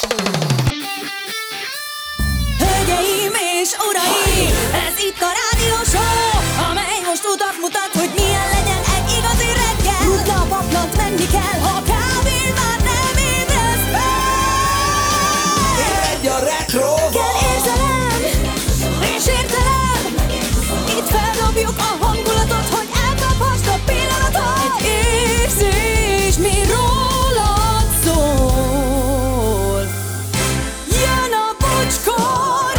Hölgyeim és uraim, ez itt a rádió show, amely most utat mutat, hogy milyen legyen egy igazi reggel. Rutna a paplant, menni kell, ha kávén már nem ébresz fel. Egy a retro. Kell érzelem és értelem, itt feldobjuk a hangulatot, hogy elkaphast a pillanatot. Egy érzés, mi rólad szól. Jön a bocskor.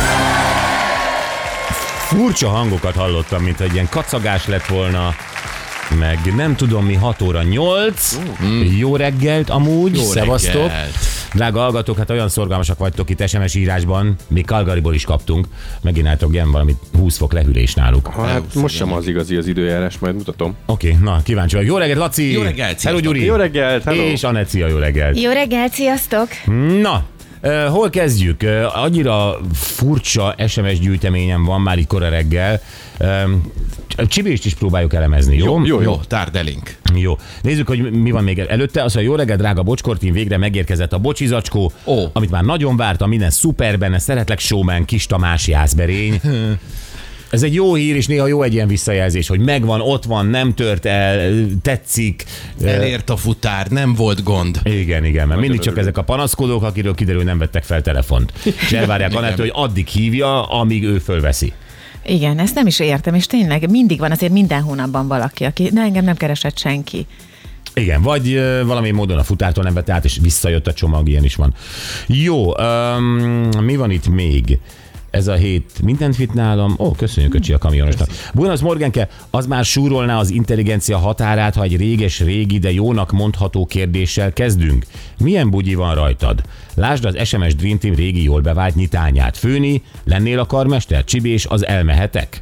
Furcsa hangokat hallottam, mint egy ilyen kacagás lett volna, meg nem tudom mi, 6 óra 8. Jó reggelt amúgy, szevasztok. Drága hallgatók, hát olyan szorgalmasak vagytok itt SMS írásban, még Calgaryból is kaptunk. Megint álltok ilyen valamit 20 fok lehűlés náluk. Hát most sem az igazi az időjárás, majd mutatom. Oké, na kíváncsi vagyok. Jó reggelt, Laci! Jó reggelt, Hello, Gyuri! Jó reggelt, hello! És Anett, jó reggelt! Jó reggelt, sziasztok! Na, hol kezdjük? Annyira furcsa SMS gyűjteményem van már itt kora reggel. Csibést is próbáljuk elemezni, jó? Jó, tárd elénk. Jó. Nézzük, hogy mi van még előtte. Az, hogy jó reggel, drága Bocskortin, végre megérkezett a bocsizacskó, amit már nagyon vártam, minden szuper benne, szeretlek showman, Kis Tamás Jászberény. Ez egy jó hír, és néha jó egy ilyen visszajelzés, hogy megvan, ott van, nem tört el, tetszik. Elért a futár, nem volt gond. Igen, mert mindig csak ezek a panaszkodók, akiről kiderül, nem vettek fel telefont. És elvárják Anett, hogy addig hívja, amíg ő fölveszi. Igen, ezt nem is értem, és tényleg mindig van azért minden hónapban valaki, aki engem nem keresett senki. Igen, vagy valami módon a futártól nem vette át, és visszajött a csomag, ilyen is van. Jó, mi van itt még? Ez a hét mindent vitt nálam. Köszönjük, öcsi, a kamionosnak. Buenos Morgenke, az már súrolná az intelligencia határát, ha egy réges-régi, de jónak mondható kérdéssel kezdünk. Milyen bugyi van rajtad? Lásd az SMS Dream Team régi jól bevált nyitányát. Főni, lennél a karmester? Csibés, az elmehetek?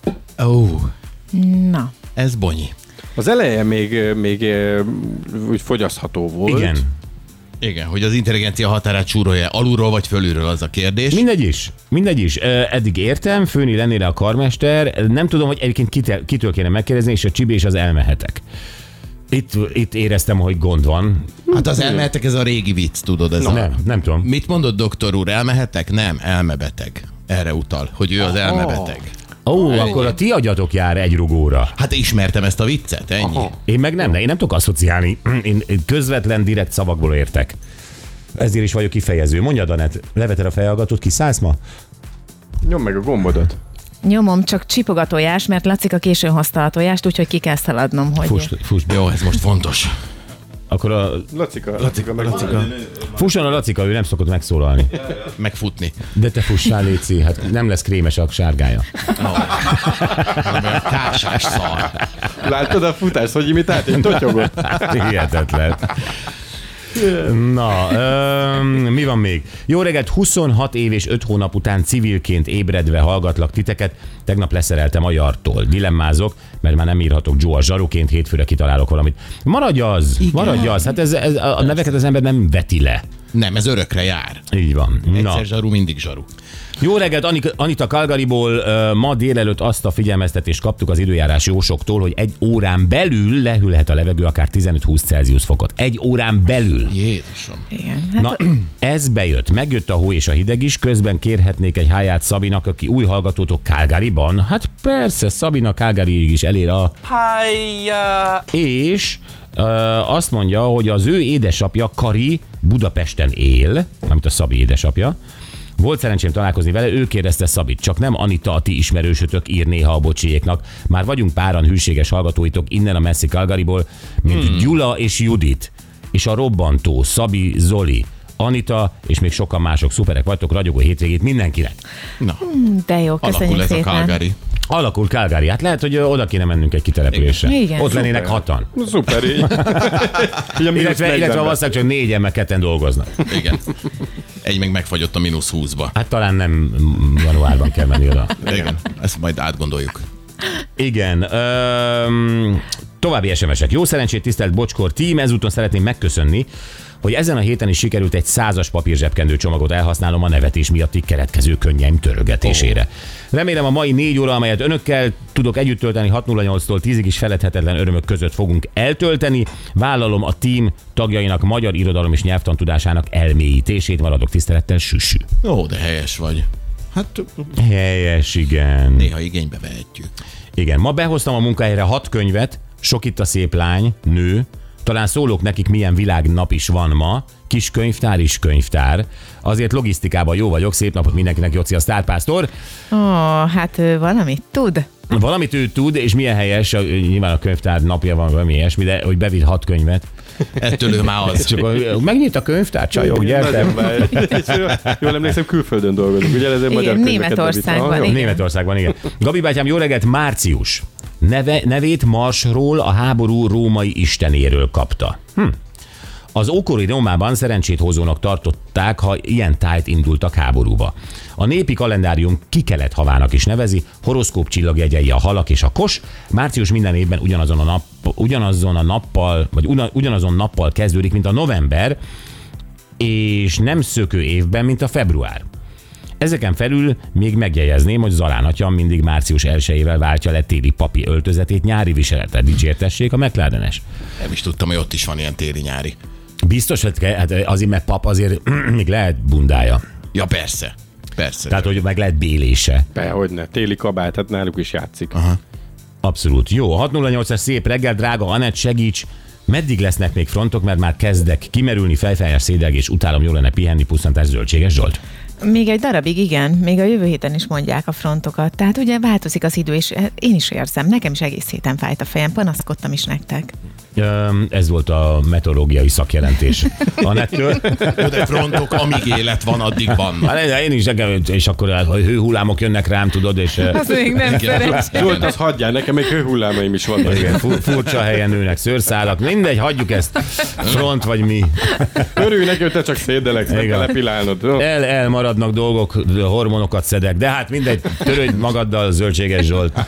Na. Ez bonyi. Az eleje még úgy fogyasztható volt. Igen, hogy az intelligencia határát súrolja alulról vagy fölülről, az a kérdés. Mindegy is. Eddig értem, főni lennél a karmester. Nem tudom, hogy egyébként kitől kéne megkérdezni, és a Csibés, az elmehetek. Itt éreztem, hogy gond van. Hát az elmehetek, ez a régi vicc, tudod. Ez Nem tudom. Mit mondott doktor úr, elmehetek? Nem, elmebeteg. Erre utal, hogy ő az elmebeteg. Akkor a ti agyatok jár egy rugóra. Hát ismertem ezt a viccet, ennyi. Én meg nem tudok asszociálni. Én közvetlen, direkt szavakból értek. Ezért is vagyok kifejező. Mondjad, Anett, leveted a fejhallgatót, kiszállsz ma? Nyomd meg a gombodot. Nyomom, csak csipog a tojás, mert Lacika későn hozta a tojást, úgyhogy ki kell szaladnom, hogy... Fuss. Jó, ez most fontos. Akkor a... Lacika. Fusson a Lacika, ő nem szokott megszólalni. Megfutni. De te fussál, Léci, hát nem lesz krémes a sárgája. Társás szar. Láttad a futást, hogy imitált? Én totyogott. Hihetetlen. Na, mi van még? Jó reggelt, 26 év és 5 hónap után civilként ébredve hallgatlak titeket. Tegnap leszereltem a Jartól. Dilemmázok, mert már nem írhatok Joe a zsaruként, hétfőre kitalálok valamit. Maradj az. Hát ez a neveket az ember nem veti le. Nem, ez örökre jár. Így van. Egyszer zsaru, mindig zsaru. Jó reggelt, Anita Calgaryból. Ma délelőtt azt a figyelmeztetést kaptuk az időjárás jósoktól, hogy 1 órán belül lehűlhet a levegő akár 15-20 Celsius fokot. 1 órán belül. Jézusom. Igen, Na, ez bejött. Megjött a hó és a hideg is. Közben kérhetnék egy háját Szabinak, aki új hallgatótok Calgaryban. Hát persze, Szabina Calgaryig is elér a... Hájá! És... azt mondja, hogy az ő édesapja, Kari, Budapesten él, amit a Szabi édesapja. Volt szerencsém találkozni vele, ő kérdezte Szabit, csak nem Anita, a ti ismerősötök ír néha a bocsiéknak. Már vagyunk páran hűséges hallgatóitok innen a messzi Calgaryból, mint Gyula és Judit, és a robbantó Szabi, Zoli, Anita, és még sokan mások. Szuperek vagytok, ragyogó hétvégét mindenkinek. Na, de jó, köszönjük alakul ez szépen. a Calgary. Alakul Calgary. Hát lehet, hogy oda kéne mennünk egy kitelepülésre. Igen. Ott lennének 6-an. Szuper, így. Illetve valószínűleg csak 4-en, meg 2-en dolgoznak. Igen. Egy meg megfagyott a -20-ba. Hát talán nem januárban kell menni oda. Igen, ezt majd átgondoljuk. Igen. További SMS-ek. Jó szerencsét, tisztelt Bocskor team, ezúton szeretném megköszönni, hogy ezen a héten is sikerült egy 100-as papírzsebkendő csomagot elhasználnom a nevetés miatti keletkező könnyeim törögetésére. Remélem a mai 4 óra, amelyet önökkel tudok együtt tölteni 6:08-tól 10-ig is feledhetetlen örömök között fogunk eltölteni. Vállalom a tím tagjainak magyar irodalom és nyelvtan tudásának elmélyítését. Maradok tisztelettel, Süsü. Ó, de helyes vagy. Hát Helyes, igen. néha igénybe vehetjük. Igen, ma behoztam a munkahelyre 6 könyvet, sok itt a szép lány, nő, talán szólok nekik, milyen világnap is van ma, kis könyvtár is könyvtár. Azért logisztikában jó vagyok, szép napot mindenkinek, Joci a sztárpásztor. Hát ő valamit tud. Valamit ő tud, és milyen helyes, nyilván a könyvtár napja van, valami ilyesmi, de hogy bevitt 6 könyvet. Ettől ő már az. Csak megnyit a könyvtár, csajok, gyertek. Jól emlékszem, külföldön dolgozunk. Ugye ez egy magyar könyveket Németországban, bevitt. igen. Németországban, igen. Gabi bátyám, jó reggelt, Március. Nevét Marsról, a háború római istenéről kapta. Az ókori Rómában szerencsét hozónak tartották, ha ilyen tájt indultak háborúba. A népi kalendárium kikelet havának is nevezi, horoszkóp csillagjegyei a halak és a kos. Március minden évben ugyanazon nappal kezdődik, mint a november, és nem szökő évben, mint a február. Ezeken felül még megjegyezném, hogy Zalán atya mindig március 1-ével váltja le téli papi öltözetét nyári viseletre. Dicsértessék a McLarenes. Nem is tudtam, hogy ott is van ilyen téli-nyári. Biztos, hogy hát azért, mert pap azért még lehet bundája. Ja, persze. Persze. Tehát, hogy meg lehet bélése. Hogyne, téli kabát, hát náluk is játszik. Abszolút. Jó, 608-as szép reggel, drága Anett, segíts! Meddig lesznek még frontok, mert már kezdek kimerülni, fejfájás, szédelgés, utálom, jól lenne pihenni, pusztantás, Zöldséges Zsolt. Még egy darabig, igen, még a jövő héten is mondják a frontokat. Tehát ugye változik az idő, és én is érzem, nekem is egész héten fájt a fejem, panaszkodtam is nektek. Ez volt a meteorológiai szakjelentés Anettől. De frontok, amíg élet van, addig van. Én is, és akkor a hőhullámok jönnek rám, tudod, és Az még nem szeretem. Zsolt, az hagyjál, nekem még hőhullámaim is vannak. igen, furcsa helyen nőnek szőrszálak, mindegy, hagyjuk ezt, front vagy mi. Örülj neki, hogy te csak szédeleksz, meg kell lepilálnod. Elmaradnak dolgok, hormonokat szedek, de hát mindegy, törődj magaddal, Zöldséges Zsolt.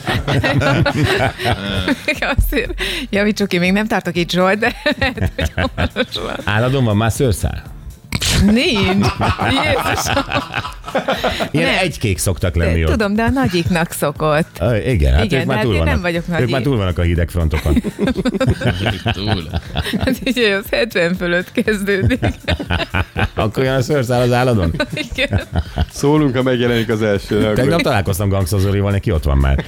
Azért javítsuk ki, még nem tartok itt, Zsolt, de lehet, hogy hamaros van. Álladon van már szőrszál? Nincs. Jézusom. Ilyen Nem. egykék szoktak lenni ott. Tudom, de a nagyiknak szokott. Igen, hát Igen, ők már hát túl én vannak. nem vagyok nagy. Ők már túl vannak a hideg frontokon. Túl. Hát ugye az 70 fölött kezdődik. Akkor jön a szőrszál az álladon? Igen. Szólunk, ha megjelenik az első. Tegnap találkoztam Gangsta Zolival, neki ott van már.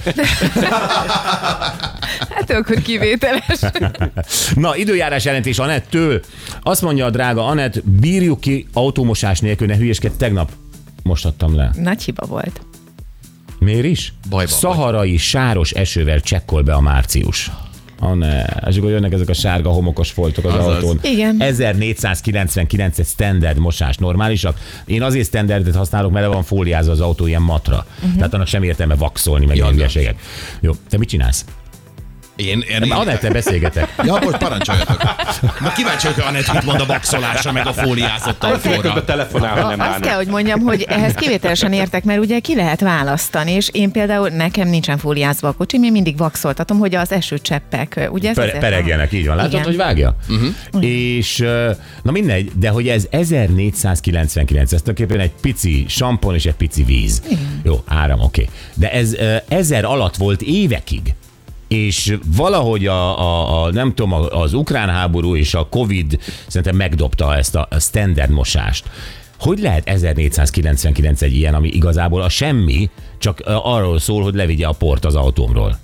Hát akkor kivételes. Na, időjárás jelentés Anettől. Azt mondja a drága Anett, bírjuk ki autómosás nélkül, ne hülyeskedj, tegnap mosattam le. Nagy hiba volt. Miért is? Bajban Szaharai sáros esővel csekkol be a március. Ne, és akkor jönnek ezek a sárga homokos foltok az autón. Igen. 1499 egy standard mosás normálisak. Én azért standardet használok, mert le van fóliázva az autó ilyen matra. Tehát annak sem értelme vaxolni, meg ilyen hülyeségek. Jó, te mit csinálsz? Én Anettel beszélgetek. Ja, most parancsoljatok. Ma kíváncsi vagyok, Anett mit mond a vaxolásra, meg a fóliázott autóra. Közben telefonál, ha nem Azt bánnak. kell, hogy mondjam, hogy ehhez kivételesen értek, mert ugye ki lehet választani, és én például nekem nincsen fóliázva a kocsim, én mindig vaxoltatom, hogy az esőcseppek, ugye ez azért Peregjenek, így van. Látod, Igen. hogy vágja? És na mindegy, de hogy ez 1499, ez tulajdonképpen egy pici sampon és egy pici víz. Jó, áram, oké. De ez 1000 alatt volt évekig. És valahogy nem tudom, az ukrán háború és a Covid szerintem megdobta ezt a standard mosást. Hogy lehet 1499 egy ilyen, ami igazából a semmi, csak arról szól, hogy levigye a port az autómról?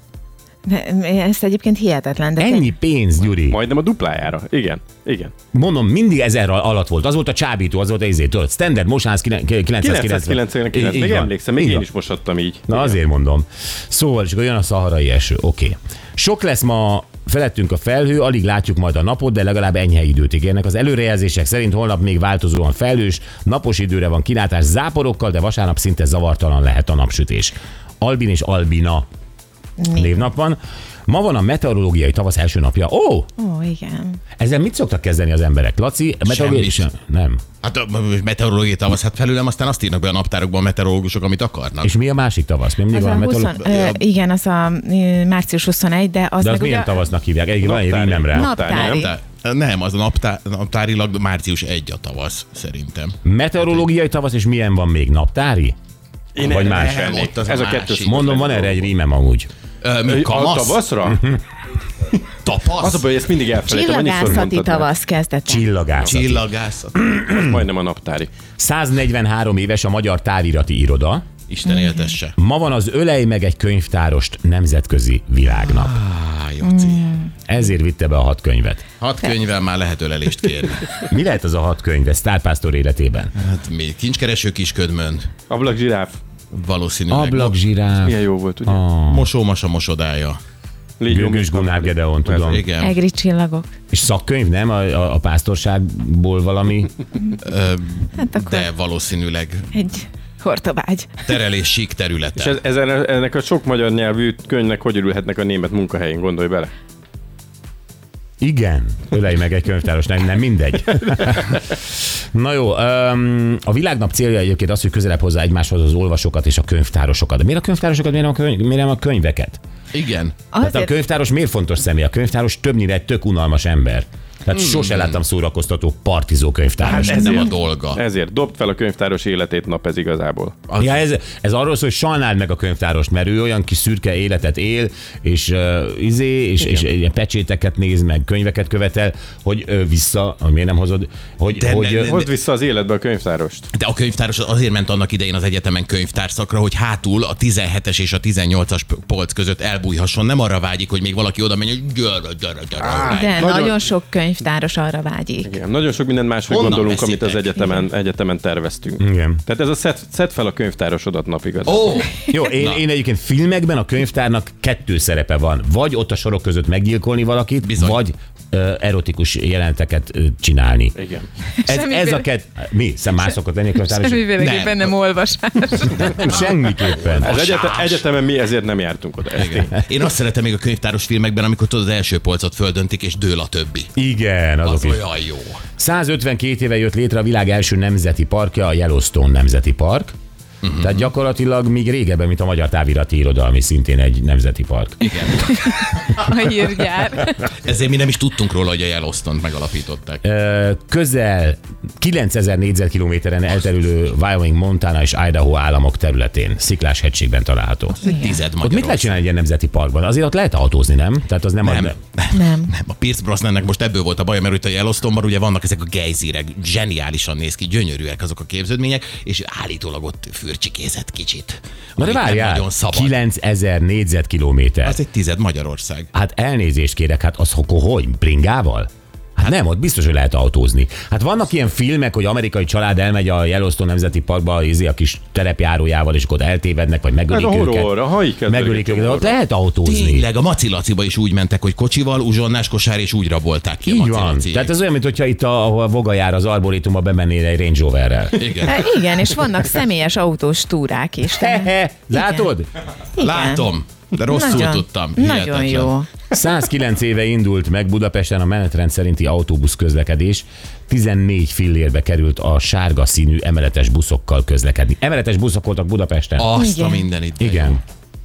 Ez egyébként hihetetlen. De Ennyi pénz, Gyuri. Majdnem a duplájára. Igen. Mondom, mindig 1000 alatt volt. Az volt a csábító, az volt a tudod, standard mosás 999. 999. Még Így van. emlékszem, még Így én van. is mosattam így. Na azért mondom. Szóval, és akkor jön a szaharai eső. Oké. Sok lesz ma felettünk a felhő, alig látjuk majd a napot, de legalább enyhe időt ígérnek. Az előrejelzések szerint holnap még változóan felhős, napos időre van kilátás záporokkal, de vasárnap szinte zavartalan lehet a napsütés. Albin és Albina névnap van. Ma van a meteorológiai tavasz első napja. Ó, igen. ezzel mit szoktak kezdeni az emberek? Laci, Semmit. Nem. Hát a meteorológiai tavasz, hát felülem aztán azt írnak be a naptárokban a meteorológusok, amit akarnak. És mi a másik tavasz? Mi mindig Az van a a 20, igen, az a március 21, de az De az meg milyen ugye tavasznak hívják? Egy van egy Naptári. rímemre. naptári. Nem, Nem, az naptárilag március 1 a tavasz, szerintem. Meteorológiai tavasz, és milyen van még? Naptári? Én Vagy erre más? nem mennék. Ott az Ez a a kettő. másik. Mondom, van erre egy rímem amúgy. Mi, A kamasz? tavaszra? Tapasz? Az a baj, ezt mindig elfelejtem. Annyiszor Csillagászati mondtad már. tavasz kezdete. Csillagászati. Csillagászat. Majdnem a naptári. 143 éves a Magyar Távirati Iroda. Isten éltesse. Ma van az Ölej meg egy könyvtárost nemzetközi világnap. Jóci. Ezért vitte be a 6 könyvet. 6 könyvvel már lehet ölelést kérni. Mi lehet az a 6 könyve Sztárpásztor életében? Hát mi? Kincskereső kisködmön. Ablak zsiráf. Valószínűleg. Ablakzsiráf, Milyen jó volt, ugye? Mosómasa mosodája. Gőgös Gunnar Gedeon, tudom. Igen. Egri csillagok. És szakkönyv, nem? A pásztorságból valami? Hát akkor De valószínűleg egy hortobágy. terelés sík És területen. ennek a sok magyar nyelvű könyvnek hogy örülhetnek a német munkahelyén, gondolj bele. Igen. Ölej meg egy könyvtáros, nem mindegy. Na jó, a világnap célja egyébként az, hogy közelebb hozzá egymáshoz az olvasókat és a könyvtárosokat. De miért a könyvtárosokat, miért nem a könyveket? Igen. Tehát a könyvtáros miért fontos személy? A könyvtáros többnyire egy tök unalmas ember. Tehát sose láttam szórakoztató partizó könyvtáros. Ez nem a dolga. Ezért dobd fel a könyvtáros életét nap ez igazából. Ja, ez arról szól, hogy sajnáld meg a könyvtárost, mert ő olyan kis szürke életet él, és és ilyen pecséteket néz meg, könyveket követel, hogy miért nem hozod, Hozd vissza az életbe a könyvtárost. De a könyvtáros azért ment annak idején az egyetemen könyvtárszakra, hogy hátul a 17-es és a 18-as polc között elbújhasson. Nem arra vágyik, hogy még valaki oda menjen, hogy gyere. De nagyon sok könyvtáros arra vágyik. Igen, nagyon sok minden másra Honnan gondolunk, amit az veszitek? egyetemen terveztünk. Igen. Tehát ez a szedd fel a könyvtárosodat napig. Ó, Jó, én egyébként filmekben a könyvtárnak 2 szerepe van. Vagy ott a sorok között meggyilkolni valakit, Bizony. vagy erotikus jeleneteket csinálni. Igen. Ez a mi? Más szokott lenni a könyvtáros? Semmiféleképpen nem olvasás. Nem, semmiképpen. Az egyetemen mi ezért nem jártunk oda. én azt szeretem még a könyvtáros filmekben, amikor tudod, az első polcot földöntik, és dől a többi. Igen, Az azok is. olyan jó. 152 éve jött létre a világ első nemzeti parkja, a Yellowstone Nemzeti Park. Tehát gyakorlatilag még régebben, mint a Magyar Távirati Iroda, ami szintén egy nemzeti park. Igen. A hírgyár. Ezért mi nem is tudtunk róla, hogy a Yellowstone-t megalapították. Közel 9000 négyzetkilométeren elterülő Wyoming, Montana és Idaho államok területén, Sziklás hegységben található. 10 Ott mit lehet Magyarország. csinálni egy ilyen nemzeti parkban? Azért ott lehet autózni, nem? Tehát az nem. Nem. A Pierce Brosnannek most ebből volt a baja, mert itt a Yellowstone-ban ugye vannak ezek a gejzírek, zseniálisan néz ki, gyönyörűek azok a képződmények, és állítólag ott fürcsikézett kicsit. Na de Amit nem várjál, nagyon szabad. 9000 négyzetkilométer. Az egy 10 Magyarország. Hát elnézést kérek, hát az hogy? Bringával? Hát nem, ott biztos, hogy lehet autózni. Hát vannak ilyen filmek, hogy amerikai család elmegy a Yellowstone Nemzeti Parkba a kis terepjárójával, és akkor ott eltévednek, vagy megölik Ez a őket. horror, a haji Megölik őket, de ott lehet autózni. Tényleg, a Maci Laciba is úgy mentek, hogy kocsival, uzsonnás kosár, és úgy rabolták ki a Így Maci van. Laciék. Tehát ez olyan, mintha itt ahol a Voga jár az Arborétumba, bemennél egy Range Roverrel. Igen. Igen, és vannak személyes autós túrák is. Hehe, látod? Igen. Látom, de rosszul Nagyon- tudtam. Nagyon Hihetetlen. jó. 109 éve indult meg Budapesten a menetrend szerinti autóbusz közlekedés. 14 fillérbe került a sárga színű emeletes buszokkal közlekedni. Emeletes buszok voltak Budapesten. Azt a Igen. mindenit. Igen.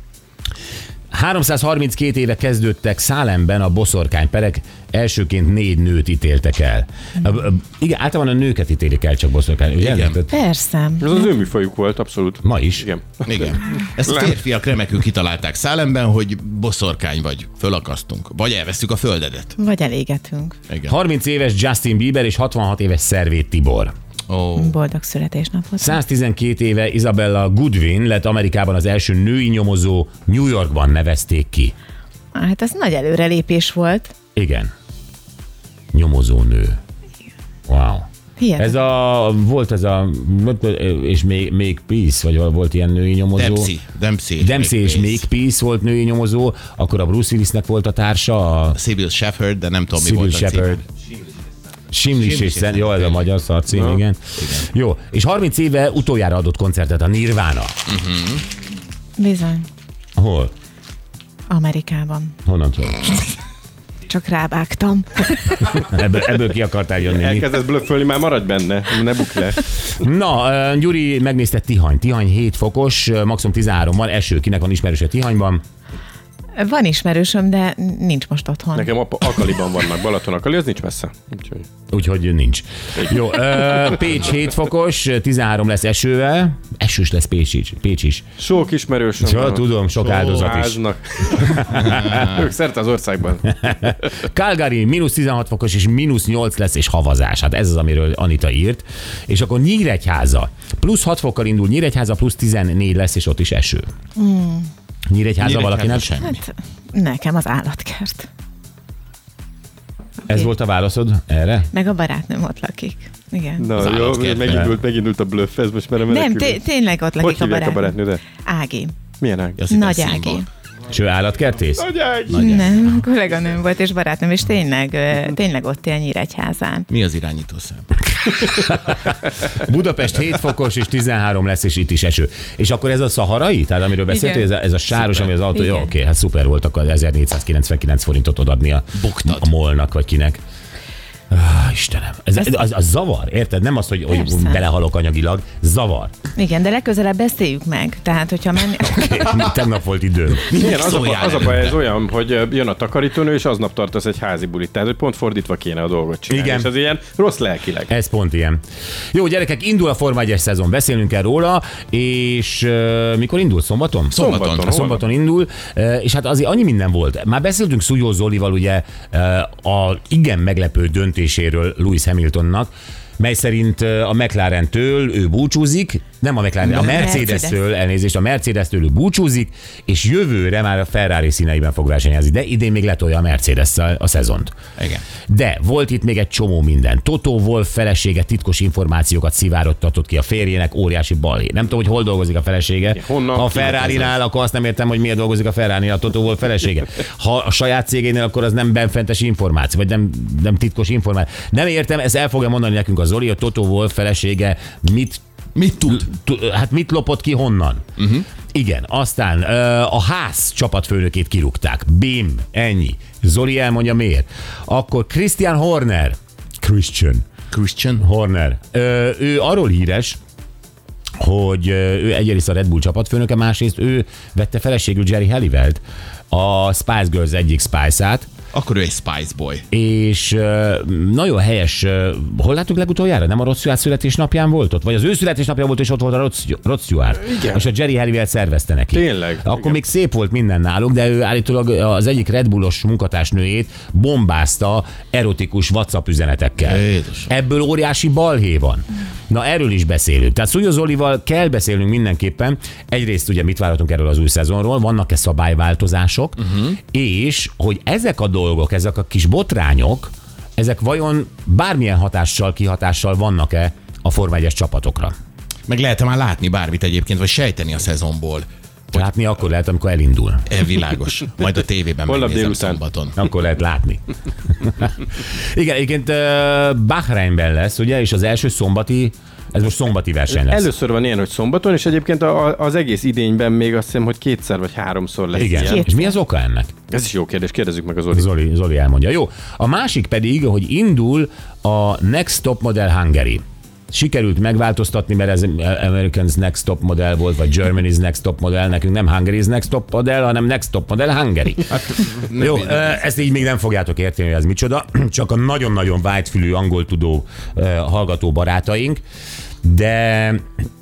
332 éve kezdődtek Szálemben a boszorkányperek, elsőként 4 nőt ítéltek el. Igen, általában a nőket ítélik el csak boszorkány. Ugye? Igen. Tehát Persze. Ez az ő műfajuk volt, abszolút. ma is. Igen. Igen. Ezt a férfiak remekül kitalálták Szálemben, hogy boszorkány vagy, fölakasztunk, vagy elvesztük a földedet. Vagy elégetünk. Igen. 30 éves Justin Bieber és 66 éves Szervét Tibor. Ó, Boldog születésnapot. 112 éve Isabella Goodwin lett Amerikában az első női nyomozó, New Yorkban nevezték ki. Hát ez nagy előrelépés volt. Igen. Nyomozó nő. Wow. Hihetetlen. Volt ez a, és még Peace, vagy volt ilyen női nyomozó. Dempsey és Makepeace volt női nyomozó, akkor a Bruce Willisnek volt a társa, a Sybil Shepherd, de nem tudom, mi Sybil volt a címe. Shepard. Simlis és Szent, jó, ez a magyar szarcím, igen. Jó, és 30 éve utoljára adott koncertet a Nirvana. Bizony. Hol? Amerikában. Honnan tudod? Csak rávágtam. Ebből ki akartál jönni. Mi? Elkezdesz blöffölni, már maradj benne, ne bukj le. Na, Gyuri megnézte Tihany. Tihany 7 fokos, maximum 13 van, eső, kinek van ismerőse Tihanyban? Van ismerősöm, de nincs most otthon. Nekem Akaliban vannak, Balaton Akali, az nincs messze. Úgyhogy nincs. Jó, Pécs 7 fokos, 13 lesz esővel. Esős lesz Pécs is. Sok ismerősöm Ja, van. tudom, sok áldozat is. Háznak. Ők szerte az országban. Calgary mínusz 16 fokos és mínusz 8 lesz, és havazás. Hát ez az, amiről Anita írt. És akkor Nyíregyháza. Plusz 6 fokkal indul Nyíregyháza, plusz 14 lesz, és ott is eső. Nyíregyháza valakinek? Semmi. Hát, nekem az állatkert. Ez volt a válaszod erre? Meg a barátnőm ott lakik. Igen. Na Az jó, állatkert. megindult a bluff, ez most már a Nem, menekülés. tényleg ott Hogy lakik a hívják a barátnőm. barátnődet? Ági. Milyen ág? Azt hittem Nagy szimbol. Ági. És ő állatkertész? Nem, kolléganőm volt, és barátnőm, és tényleg ott él Nyíregyházán. Mi az irányítószám? Budapest 7 fokos és 13 lesz, és itt is eső. És akkor ez a szaharai? Tehát amiről beszéltél, Igen. ez a sáros, ami az autó. Igen. Jó, oké, hát szuper volt, akkor 1499 forintot odadni a molnak, vagy kinek. Istenem, az zavar, érted? Nem az, hogy Persze. belehalok anyagilag, zavar. Igen, de legközelebb beszéljük meg. Tehát, hogyha menni... Tegnap volt időm. Igen, az Szóljál a baj, előtte. ez olyan, hogy jön a takarítónő, és aznap tartasz egy házi bulit. Tehát, hogy pont fordítva kéne a dolgot csinálni. Igen. És ez ilyen rossz lelkileg. Ez pont ilyen. Jó, gyerekek, indul a Forma 1-es szezon, beszélünk kell róla, és mikor indul? Szombaton? Szombaton indul, és hát azért annyi minden volt. Már beszéltünk Szújó Zolival ugye a igen meglepő döntéséről Lewis Hamiltonnak, mely szerint a McLarentől ő búcsúzik, nem a McLaren, a Mercedes-től, elnézést, a Mercedes-től ő búcsúzik, és jövőre már a Ferrari színeiben fog versenyezni, de idén még letolja a Mercedes a szezont. Igen. De volt itt még egy csomó minden. Toto Wolff felesége titkos információkat szivárogtatott ki a férjének, óriási balhé. Nem tudom, hogy hol dolgozik a felesége. Honnan? Ha a Ferrari-nál, akkor azt nem értem, hogy miért dolgozik a Ferrari-nál a Toto Wolff felesége. Ha a saját cégénél, akkor az nem benfentes információ, vagy nem titkos információ. Nem értem, ezt el fogja mondani nekünk a Zoli, a Toto Wolff felesége Mit tud? Hát mit lopott ki honnan? Igen, aztán a ház csapatfőnökét kirúgták. Bim, ennyi. Zoli elmondja miért. Akkor Christian Horner. Ő arról híres, hogy ő egyrészt a Red Bull csapatfőnöke, másrészt ő vette feleségül Jerry Halliwell-t, a Spice Girls egyik Spice-át, Akkor ő egy Spice Boy. és nagyon helyes, hol láttuk legutoljára? Nem a Rod Stewart születésnapján volt ott? Vagy az ő születésnapján volt, és ott volt a Rod Stewart. Igen. És a Jerry Halliwell szervezte neki. Tényleg? Akkor Igen. még szép volt minden náluk, de ő állítólag az egyik Red Bullos munkatársnőjét bombázta erotikus WhatsApp üzenetekkel. Jézus. Ebből óriási balhé van. Na, erről is beszélünk. Tehát Szújó Zolival kell beszélnünk mindenképpen. Egyrészt ugye mit várhatunk erről az új szezonról, vannak-e szabályváltozások, és hogy ezek a dolgok, ezek a kis botrányok, ezek vajon bármilyen kihatással vannak-e a Forma 1-es csapatokra? Meg lehet már látni bármit egyébként, vagy sejteni a szezonból. Látni akkor lehet, amikor elindul. Világos. Majd a tévében Holnap megnézem délután. szombaton. Akkor lehet látni. Igen, egyébként Bahreinben lesz, ugye, és az első szombati, ez most szombati verseny lesz. Először van ilyen, hogy szombaton, és egyébként az egész idényben még azt hiszem, hogy 2 vagy 3-szor lesz Igen. ilyen. És mi az oka ennek? Ez is jó kérdés, kérdezzük meg az Zoli. Zoli elmondja. Jó. A másik pedig, hogy indul a Next Top Model Hungary. Sikerült megváltoztatni, mert ez American's Next Top Model volt, vagy Germany's Next Top Model, nekünk nem Hungary's Next Top Model, hanem Next Top Model Hungary. Jó, ezt így még nem fogjátok érteni, hogy ez micsoda, csak a nagyon-nagyon vágyfülű angol tudó hallgató barátaink, de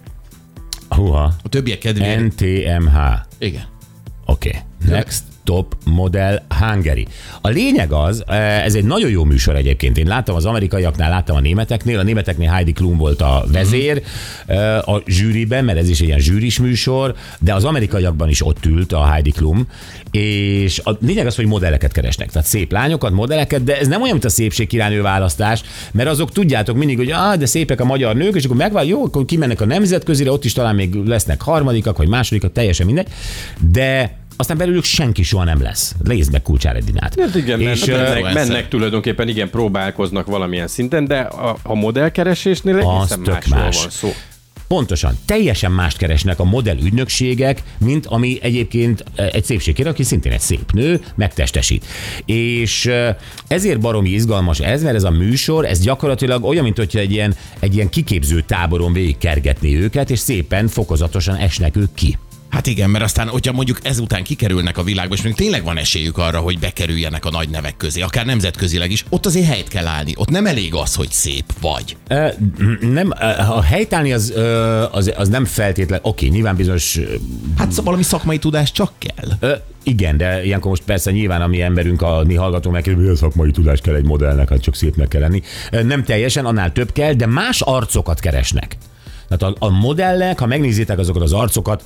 húha, A többiek kedvéért. NTMH. Igen. Oké. Next Top Model Hungary. A lényeg az, ez egy nagyon jó műsor egyébként. Én láttam az amerikaiaknál, láttam a németeknél Heidi Klum volt a vezér a zsűriben, mert ez is egy ilyen zsűris műsor, de az amerikaiakban is ott ült a Heidi Klum, és a lényeg az, hogy modelleket keresnek. Tehát szép lányokat, modelleket, de ez nem olyan, mint a szépségkirálynő választás, mert azok tudjátok mindig, hogy de szépek a magyar nők, és akkor jó, akkor kimennek a nemzetközire, ott is talán még lesznek harmadikak, vagy másodikak, teljesen mindegy, de aztán belőlük senki soha nem lesz. Lézd meg Kulcsár Edinát. Hát igen, És, mennek tulajdonképpen, igen, próbálkoznak valamilyen szinten, de a modellkeresésnél egészen tök másról más. van szó. Pontosan. Teljesen mást keresnek a modellügynökségek, mint ami egyébként egy szépségkérő, aki szintén egy szép nő, megtestesít. És ezért baromi izgalmas ez, mert ez a műsor, ez gyakorlatilag olyan, mint hogyha egy ilyen kiképző táboron végigkergetné őket, és szépen, fokozatosan esnek ők ki. Hát igen, mert aztán, hogyha mondjuk ezután kikerülnek a világba, és még tényleg van esélyük arra, hogy bekerüljenek a nagy nevek közé, akár nemzetközileg is, ott azért helyt kell állni. Ott nem elég az, hogy szép vagy. Nem, a helytállni az nem feltétlen, oké, nyilván bizonyos... Hát valami szakmai tudás csak kell. Igen, de ilyenkor most persze nyilván a mi emberünk, a mi hallgatók megkérdezi, hogy szakmai tudás kell egy modellnek, hát csak szépnek kell lenni. Nem teljesen, annál több kell, de más arcokat keresnek. Tehát a modellek, ha megnézitek azokat az arcokat,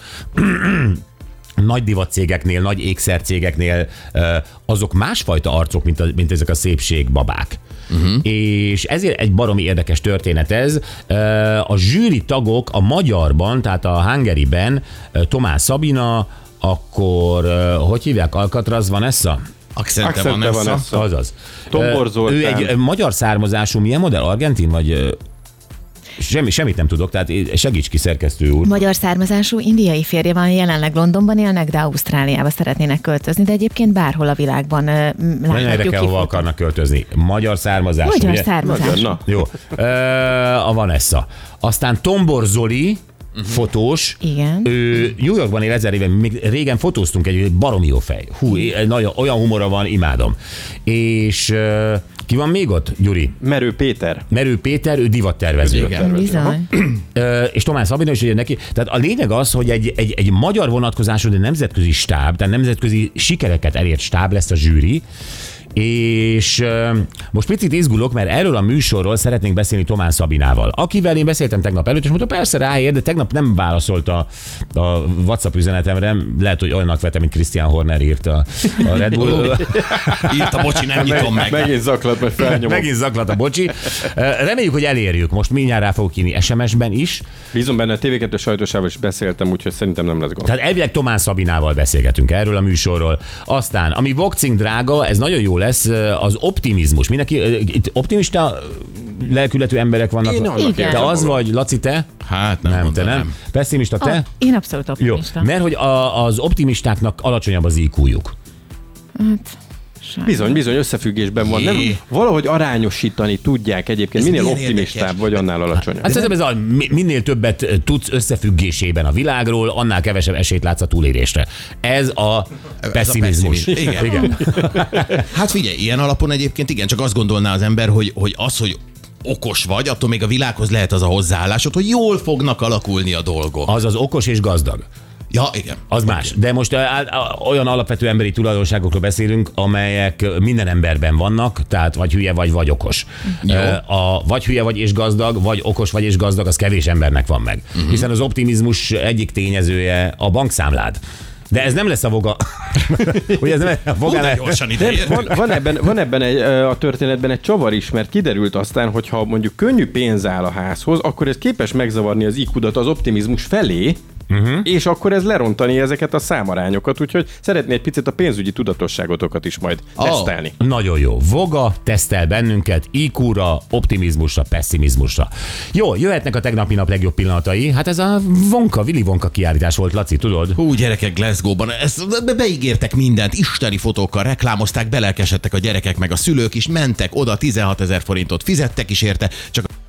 nagy divatcégeknél, nagy ékszercégeknél, azok másfajta arcok, mint ezek a szépségbabák. És ezért egy baromi érdekes történet ez. A zsűri tagok a magyarban, tehát a Hungary-ben, Tomás Szabina, akkor, hogy hívják, Alcatraz Vanessa? Accente Vanessa. Azaz. Tombor Zoltán. Ő egy magyar származású, milyen modell? Argentin, vagy... Semmit nem tudok, tehát segíts ki, szerkesztő úr. Magyar származású indiai férje van, jelenleg Londonban élnek, de Ausztráliába szeretnének költözni, de egyébként bárhol a világban Nagyon láthatjuk érdekel, hova akarnak költözni. Magyar származású, Magyar ugye? származású. Na. Jó. A Vanessa. Aztán Tombor Zoli, fotós. Igen. Ő New Yorkban él 1000 éve, még régen fotóztunk, egy baromi jó fej. Hú, nagyon, olyan humora van, imádom. És ki van még ott, Gyuri? Merő Péter. Merő Péter, ő divattervező. Igen. Bizony. És Tomás Szabina is ugye neki. Tehát a lényeg az, hogy egy magyar vonatkozású, de nemzetközi stáb, tehát nemzetközi sikereket elért stáb lesz a zsűri, és most picit izgulok, mert erről a műsorról szeretnénk beszélni Tomás Szabinával, akivel én beszéltem tegnap előtt, és mondta, persze ráér, de tegnap nem válaszolt a WhatsApp üzenetemre, lehet, hogy olyannak vettem, mint Christian Horner írt a Red Bull. Írta, bocsi, nem nyitom meg. Megint zaklat, majd felnyomom. Megint zaklat a bocsi. Reméljük, hogy elérjük. Most mindjárt rá fogok írni SMS-ben is. Bízom benne, a TV2 sajtósával is beszéltem, úgyhogy szerintem nem lesz gond. Tehát elvileg Tomás Szabinával beszélgetünk erről a műsorról. Aztán, ami boxing drága, ez nagyon jó lesz, az optimizmus. Mindenki, itt optimista lelkületű emberek vannak. Én annak Igen. Te érzem az magam. vagy, Laci, te? Hát nem, Nem, te mondanám. nem. Pessimista, te? Én abszolút Jó, optimista. mert hogy az optimistáknak alacsonyabb az IQ-juk. Hát, Bizony, összefüggésben van. Nem, valahogy arányosítani tudják egyébként. Ez Minél milyen optimistább érdekes. vagy, annál alacsonyabb. Hát szerintem ez minél többet tudsz összefüggésében a világról, annál kevesebb esélyt látsz a túlélésre. Ez a pessimizmus. pessimizmus. Igen. Hát figyelj, ilyen alapon egyébként igen, csak azt gondolná az ember, hogy az, hogy okos vagy, attól még a világhoz lehet az a hozzáállásod, hogy jól fognak alakulni a dolgok. Az okos és gazdag. Ja, igen. Az más. De most olyan alapvető emberi tulajdonságokról beszélünk, amelyek minden emberben vannak, tehát vagy hülye vagy okos. Jó. Vagy hülye vagy és gazdag, vagy okos vagy és gazdag, az kevés embernek van meg. Hiszen az optimizmus egyik tényezője a bankszámlád. De ez nem lesz a voga. Ugye ez nem a vogánál... Gyorsan ide. Van ebben a történetben egy csavar is, mert kiderült aztán, hogy ha mondjuk könnyű pénz áll a házhoz, akkor ez képes megzavarni az IQ-dat az optimizmus felé, és akkor ez lerontani ezeket a számarányokat, úgyhogy szeretné egy picit a pénzügyi tudatosságotokat is majd tesztelni. Nagyon jó. Voga tesztel bennünket IQ-ra, optimizmusra, pessimizmusra. Jó, jöhetnek a tegnapi nap legjobb pillanatai. Hát ez a Willy Wonka kiállítás volt, Laci, tudod? Hú, gyerekek, Glasgow-ban, beígértek mindent, isteni fotókkal reklámozták, belelkesedtek a gyerekek, meg a szülők is, mentek oda, 16 000 forintot fizettek is érte, csak